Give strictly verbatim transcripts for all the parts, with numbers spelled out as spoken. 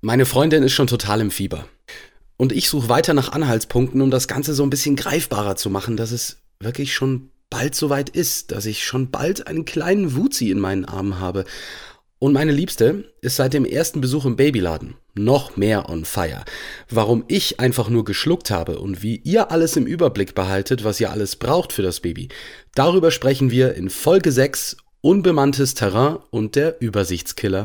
Meine Freundin ist schon total im Fieber. Und ich suche weiter nach Anhaltspunkten, um das Ganze so ein bisschen greifbarer zu machen, dass es wirklich schon bald soweit ist, dass ich schon bald einen kleinen Wuzi in meinen Armen habe. Und meine Liebste ist seit dem ersten Besuch im Babyladen noch mehr on fire. Warum ich einfach nur geschluckt habe und wie ihr alles im Überblick behaltet, was ihr alles braucht für das Baby, darüber sprechen wir in Folge sechs, Unbemanntes Terrain und der Übersichtskiller.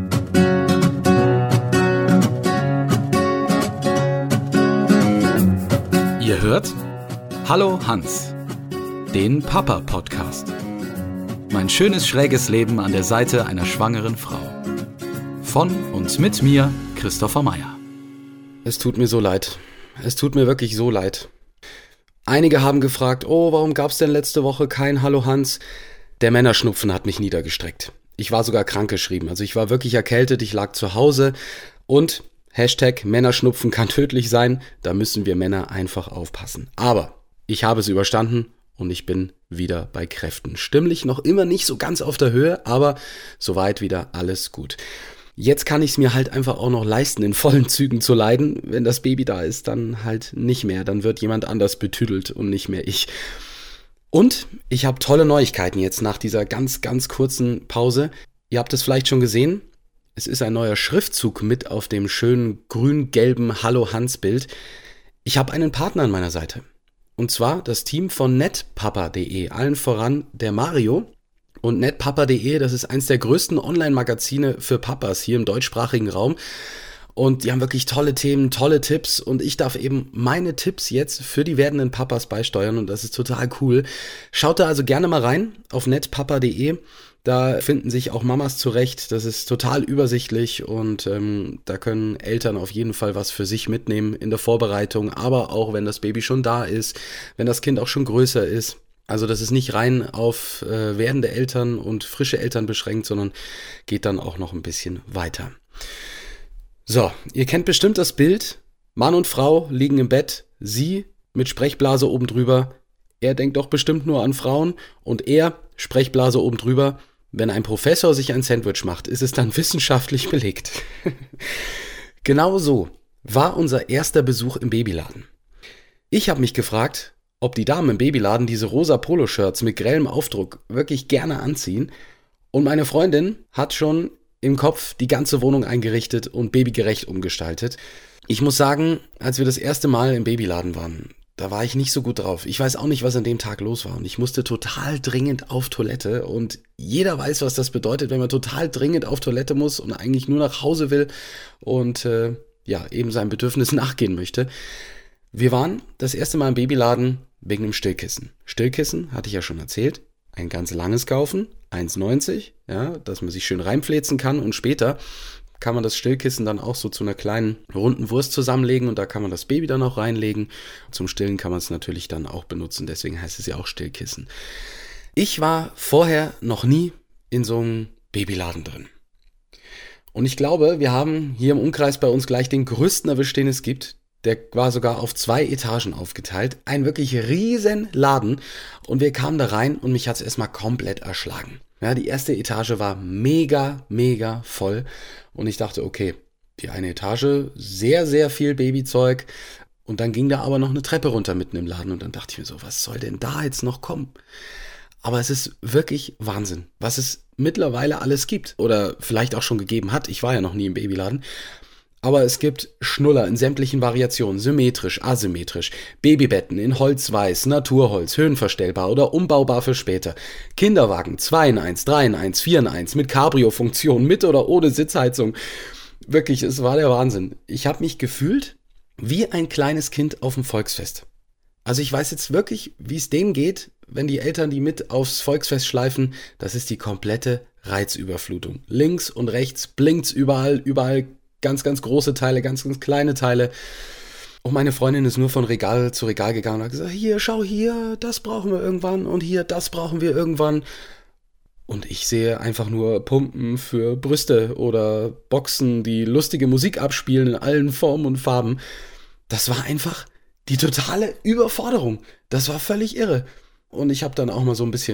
Ihr hört Hallo Hans, den Papa-Podcast. Mein schönes schräges Leben an der Seite einer schwangeren Frau. Von und mit mir, Christopher Meyer. Es tut mir so leid. Es tut mir wirklich so leid. Einige haben gefragt, oh, warum gab's denn letzte Woche kein Hallo Hans? Der Männerschnupfen hat mich niedergestreckt. Ich war sogar krankgeschrieben. Also ich war wirklich erkältet, ich lag zu Hause und Hashtag Männerschnupfen kann tödlich sein, da müssen wir Männer einfach aufpassen. Aber ich habe es überstanden und ich bin wieder bei Kräften. Stimmlich noch immer nicht so ganz auf der Höhe, aber soweit wieder alles gut. Jetzt kann ich es mir halt einfach auch noch leisten, in vollen Zügen zu leiden. Wenn das Baby da ist, dann halt nicht mehr. Dann wird jemand anders betüdelt und nicht mehr ich. Und ich habe tolle Neuigkeiten jetzt nach dieser ganz, ganz kurzen Pause. Ihr habt es vielleicht schon gesehen. Es ist ein neuer Schriftzug mit auf dem schönen grün-gelben Hallo-Hans-Bild. Ich habe einen Partner an meiner Seite. Und zwar das Team von netpapa punkt de. Allen voran der Mario. Und netpapa punkt de, das ist eins der größten Online-Magazine für Papas hier im deutschsprachigen Raum. Und die haben wirklich tolle Themen, tolle Tipps. Und ich darf eben meine Tipps jetzt für die werdenden Papas beisteuern. Und das ist total cool. Schaut da also gerne mal rein auf netpapa punkt de. Da finden sich auch Mamas zurecht, das ist total übersichtlich und ähm, da können Eltern auf jeden Fall was für sich mitnehmen in der Vorbereitung, aber auch wenn das Baby schon da ist, wenn das Kind auch schon größer ist. Also das ist nicht rein auf äh, werdende Eltern und frische Eltern beschränkt, sondern geht dann auch noch ein bisschen weiter. So, ihr kennt bestimmt das Bild, Mann und Frau liegen im Bett, sie mit Sprechblase oben drüber, er denkt doch bestimmt nur an Frauen und er, Sprechblase oben drüber. Wenn ein Professor sich ein Sandwich macht, ist es dann wissenschaftlich belegt. Genau so war unser erster Besuch im Babyladen. Ich habe mich gefragt, ob die Damen im Babyladen diese rosa Poloshirts mit grellem Aufdruck wirklich gerne anziehen. Und meine Freundin hat schon im Kopf die ganze Wohnung eingerichtet und babygerecht umgestaltet. Ich muss sagen, als wir das erste Mal im Babyladen waren, da war ich nicht so gut drauf. Ich weiß auch nicht, was an dem Tag los war. Und ich musste total dringend auf Toilette. Und jeder weiß, was das bedeutet, wenn man total dringend auf Toilette muss und eigentlich nur nach Hause will und äh, ja, eben seinem Bedürfnis nachgehen möchte. Wir waren das erste Mal im Babyladen wegen dem Stillkissen. Stillkissen, hatte ich ja schon erzählt, ein ganz langes kaufen, eins neunzig, ja, dass man sich schön reinfläzen kann. Und später kann man das Stillkissen dann auch so zu einer kleinen runden Wurst zusammenlegen und da kann man das Baby dann auch reinlegen. Zum Stillen kann man es natürlich dann auch benutzen, deswegen heißt es ja auch Stillkissen. Ich war vorher noch nie in so einem Babyladen drin. Und ich glaube, wir haben hier im Umkreis bei uns gleich den größten erwischt, den es gibt. Der war sogar auf zwei Etagen aufgeteilt. Ein wirklich riesen Laden. Und wir kamen da rein und mich hat es erstmal komplett erschlagen. Ja, die erste Etage war mega, mega voll. Und ich dachte, okay, die eine Etage, sehr, sehr viel Babyzeug. Und dann ging da aber noch eine Treppe runter mitten im Laden. Und dann dachte ich mir so, was soll denn da jetzt noch kommen? Aber es ist wirklich Wahnsinn, was es mittlerweile alles gibt. Oder vielleicht auch schon gegeben hat. Ich war ja noch nie im Babyladen. Aber es gibt Schnuller in sämtlichen Variationen, symmetrisch, asymmetrisch, Babybetten in Holzweiß, Naturholz, höhenverstellbar oder umbaubar für später, Kinderwagen zwei in eins, drei in eins, vier in eins mit Cabrio-Funktion, mit oder ohne Sitzheizung. Wirklich, es war der Wahnsinn. Ich habe mich gefühlt wie ein kleines Kind auf dem Volksfest. Also ich weiß jetzt wirklich, wie es denen geht, wenn die Eltern die mit aufs Volksfest schleifen. Das ist die komplette Reizüberflutung. Links und rechts blinkt's überall, überall ganz, ganz große Teile, ganz, ganz kleine Teile. Und meine Freundin ist nur von Regal zu Regal gegangen und hat gesagt, hier, schau hier, das brauchen wir irgendwann und hier, das brauchen wir irgendwann. Und ich sehe einfach nur Pumpen für Brüste oder Boxen, die lustige Musik abspielen in allen Formen und Farben. Das war einfach die totale Überforderung. Das war völlig irre. Und ich habe dann auch mal so ein bisschen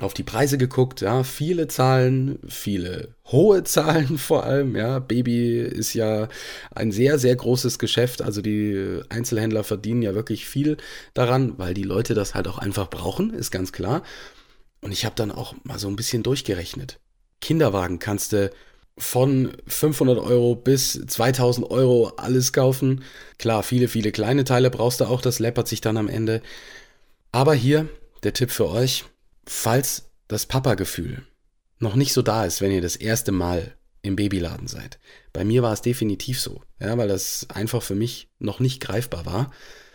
auf die Preise geguckt, ja, viele Zahlen, viele hohe Zahlen vor allem, ja, Baby ist ja ein sehr, sehr großes Geschäft, also die Einzelhändler verdienen ja wirklich viel daran, weil die Leute das halt auch einfach brauchen, ist ganz klar. Und ich habe dann auch mal so ein bisschen durchgerechnet. Kinderwagen kannst du von fünfhundert Euro bis zweitausend Euro alles kaufen. Klar, viele, viele kleine Teile brauchst du auch, das läppert sich dann am Ende. Aber hier der Tipp für euch: Falls das Papa-Gefühl noch nicht so da ist, wenn ihr das erste Mal im Babyladen seid. Bei mir war es definitiv so, ja, weil das einfach für mich noch nicht greifbar war.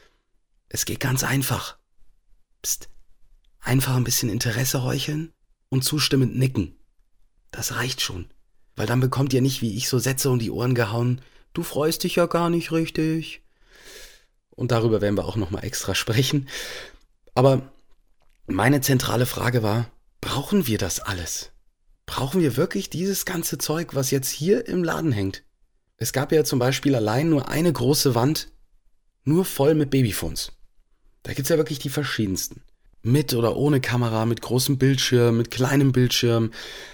Es geht ganz einfach. Psst. Einfach ein bisschen Interesse heucheln und zustimmend nicken. Das reicht schon. Weil dann bekommt ihr nicht, wie ich, so Sätze um die Ohren gehauen: Du freust dich ja gar nicht richtig. Und darüber werden wir auch nochmal extra sprechen. Aber meine zentrale Frage war: Brauchen wir das alles? Brauchen wir wirklich dieses ganze Zeug, was jetzt hier im Laden hängt? Es gab ja zum Beispiel allein nur eine große Wand, nur voll mit Babyphones. Da gibt's ja wirklich die verschiedensten. Mit oder ohne Kamera, mit großem Bildschirm, mit kleinem Bildschirm,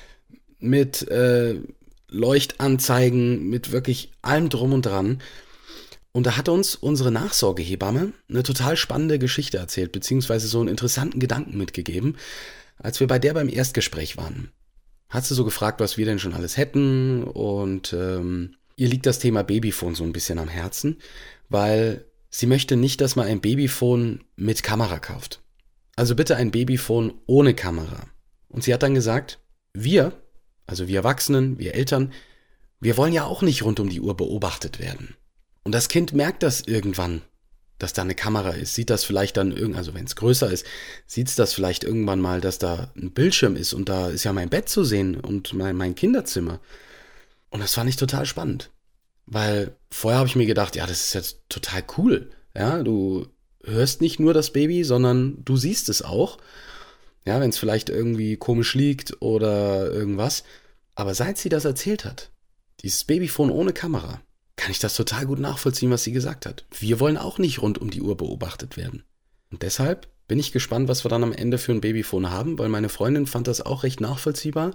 mit äh, Leuchtanzeigen, mit wirklich allem drum und dran. Und da hat uns unsere Nachsorgehebamme eine total spannende Geschichte erzählt, beziehungsweise so einen interessanten Gedanken mitgegeben, als wir bei der beim Erstgespräch waren. Hat sie so gefragt, was wir denn schon alles hätten, und ähm, ihr liegt das Thema Babyphone so ein bisschen am Herzen, weil sie möchte nicht, dass man ein Babyphone mit Kamera kauft. Also bitte ein Babyphone ohne Kamera. Und sie hat dann gesagt, wir, also wir Erwachsenen, wir Eltern, wir wollen ja auch nicht rund um die Uhr beobachtet werden. Und das Kind merkt das irgendwann, dass da eine Kamera ist, sieht das vielleicht dann irgendwann, also wenn es größer ist, sieht es das vielleicht irgendwann mal, dass da ein Bildschirm ist und da ist ja mein Bett zu sehen und mein, mein Kinderzimmer. Und das fand ich total spannend, weil vorher habe ich mir gedacht, ja, das ist jetzt total cool, ja, du hörst nicht nur das Baby, sondern du siehst es auch, ja, wenn es vielleicht irgendwie komisch liegt oder irgendwas. Aber seit sie das erzählt hat, dieses Babyphone ohne Kamera, kann ich das total gut nachvollziehen, was sie gesagt hat. Wir wollen auch nicht rund um die Uhr beobachtet werden. Und deshalb bin ich gespannt, was wir dann am Ende für ein Babyphone haben, weil meine Freundin fand das auch recht nachvollziehbar.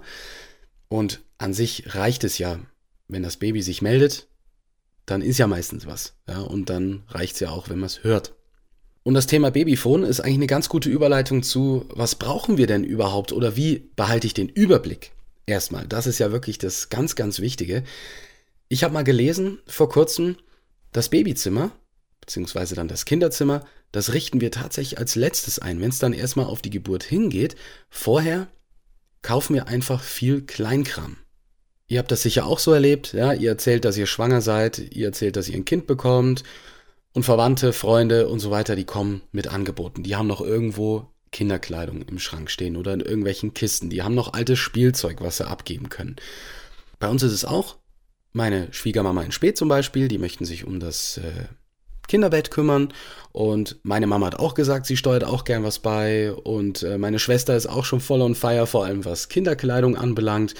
Und an sich reicht es ja, wenn das Baby sich meldet, dann ist ja meistens was. Ja, und dann reicht es ja auch, wenn man es hört. Und das Thema Babyphone ist eigentlich eine ganz gute Überleitung zu, was brauchen wir denn überhaupt oder wie behalte ich den Überblick? Erstmal, das ist ja wirklich das ganz, ganz Wichtige. Ich habe mal gelesen vor kurzem, das Babyzimmer, beziehungsweise dann das Kinderzimmer, das richten wir tatsächlich als letztes ein, wenn es dann erstmal auf die Geburt hingeht. Vorher kaufen wir einfach viel Kleinkram. Ihr habt das sicher auch so erlebt, ja, ihr erzählt, dass ihr schwanger seid, ihr erzählt, dass ihr ein Kind bekommt und Verwandte, Freunde und so weiter, die kommen mit Angeboten. Die haben noch irgendwo Kinderkleidung im Schrank stehen oder in irgendwelchen Kisten. Die haben noch altes Spielzeug, was sie abgeben können. Bei uns ist es auch. Meine Schwiegermama in Späth zum Beispiel, die möchten sich um das äh, Kinderbett kümmern, und meine Mama hat auch gesagt, sie steuert auch gern was bei, und äh, meine Schwester ist auch schon voll on fire, vor allem was Kinderkleidung anbelangt,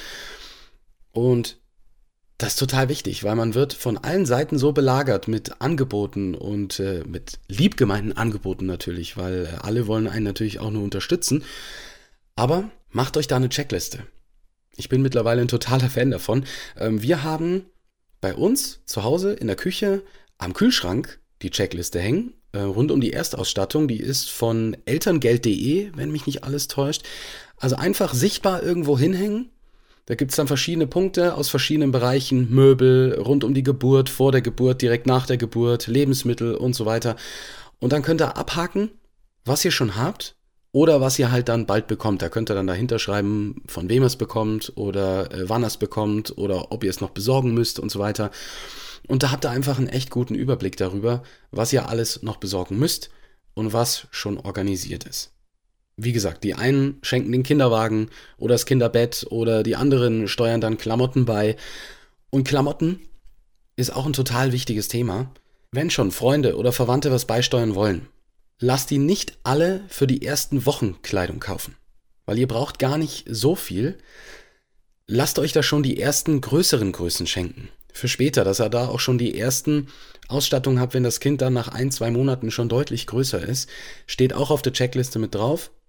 und das ist total wichtig, weil man wird von allen Seiten so belagert mit Angeboten und äh, mit liebgemeinten Angeboten natürlich, weil äh, alle wollen einen natürlich auch nur unterstützen, aber macht euch da eine Checkliste. Ich bin mittlerweile ein totaler Fan davon. Wir haben bei uns zu Hause in der Küche am Kühlschrank die Checkliste hängen, rund um die Erstausstattung. Die ist von elterngeld punkt de, wenn mich nicht alles täuscht. Also einfach sichtbar irgendwo hinhängen. Da gibt es dann verschiedene Punkte aus verschiedenen Bereichen. Möbel, rund um die Geburt, vor der Geburt, direkt nach der Geburt, Lebensmittel und so weiter. Und dann könnt ihr abhaken, was ihr schon habt. Oder was ihr halt dann bald bekommt. Da könnt ihr dann dahinter schreiben, von wem ihr es bekommt oder äh, wann ihr es bekommt oder ob ihr es noch besorgen müsst und so weiter. Und da habt ihr einfach einen echt guten Überblick darüber, was ihr alles noch besorgen müsst und was schon organisiert ist. Wie gesagt, die einen schenken den Kinderwagen oder das Kinderbett oder die anderen steuern dann Klamotten bei. Und Klamotten ist auch ein total wichtiges Thema. Wenn schon Freunde oder Verwandte was beisteuern wollen, lasst die nicht alle für die ersten Wochen Kleidung kaufen, weil ihr braucht gar nicht so viel. Lasst euch da schon die ersten größeren Größen schenken. Für später, dass ihr da auch schon die ersten Ausstattungen habt, wenn das Kind dann nach ein, zwei Monaten schon deutlich größer ist. Steht auch auf der Checkliste mit drauf.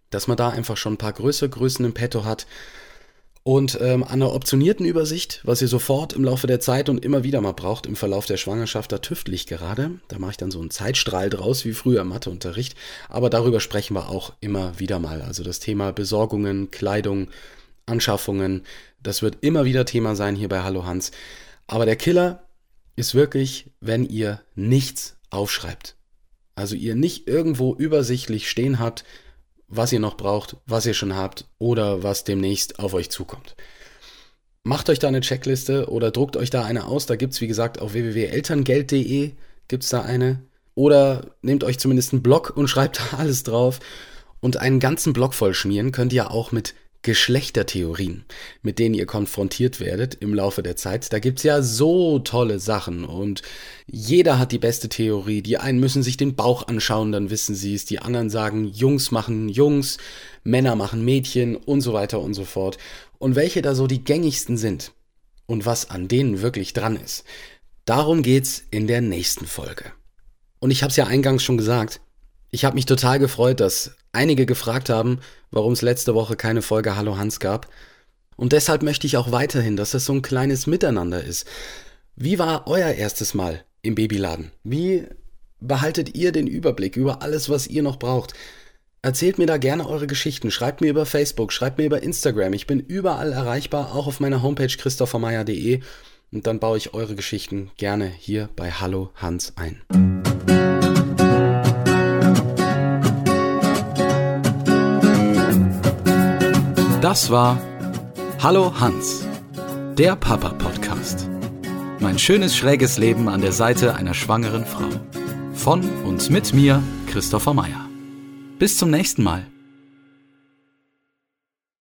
dass man da einfach schon ein paar größere Größen im Petto hat. Und ähm, an einer optionierten Übersicht, was ihr sofort im Laufe der Zeit und immer wieder mal braucht im Verlauf der Schwangerschaft, da tüftel ich gerade. Da mache ich dann so einen Zeitstrahl draus, wie früher im Matheunterricht. Aber darüber sprechen wir auch immer wieder mal. Also das Thema Besorgungen, Kleidung, Anschaffungen, das wird immer wieder Thema sein hier bei Hallo Hans. Aber der Killer ist wirklich, wenn ihr nichts aufschreibt. Also ihr nicht irgendwo übersichtlich stehen habt, was ihr noch braucht, was ihr schon habt oder was demnächst auf euch zukommt. Macht euch da eine Checkliste oder druckt euch da eine aus. Da gibt es, wie gesagt, auf w w w punkt elterngeld punkt d e gibt es da eine. Oder nehmt euch zumindest einen Block und schreibt da alles drauf. Und einen ganzen Block voll schmieren könnt ihr auch mit Geschlechtertheorien, mit denen ihr konfrontiert werdet im Laufe der Zeit. Da gibt's ja so tolle Sachen und jeder hat die beste Theorie. Die einen müssen sich den Bauch anschauen, dann wissen sie es. Die anderen sagen, Jungs machen Jungs, Männer machen Mädchen und so weiter und so fort. Und welche da so die gängigsten sind und was an denen wirklich dran ist, darum geht's in der nächsten Folge. Und ich habe es ja eingangs schon gesagt, ich habe mich total gefreut, dass einige gefragt haben, warum es letzte Woche keine Folge Hallo Hans gab. Und deshalb möchte ich auch weiterhin, dass das so ein kleines Miteinander ist. Wie war euer erstes Mal im Babyladen? Wie behaltet ihr den Überblick über alles, was ihr noch braucht? Erzählt mir da gerne eure Geschichten. Schreibt mir über Facebook, schreibt mir über Instagram. Ich bin überall erreichbar, auch auf meiner Homepage christophermeyer punkt de. Und dann baue ich eure Geschichten gerne hier bei Hallo Hans ein. Das war Hallo Hans, der Papa-Podcast. Mein schönes, schräges Leben an der Seite einer schwangeren Frau. Von und mit mir, Christopher Meyer. Bis zum nächsten Mal.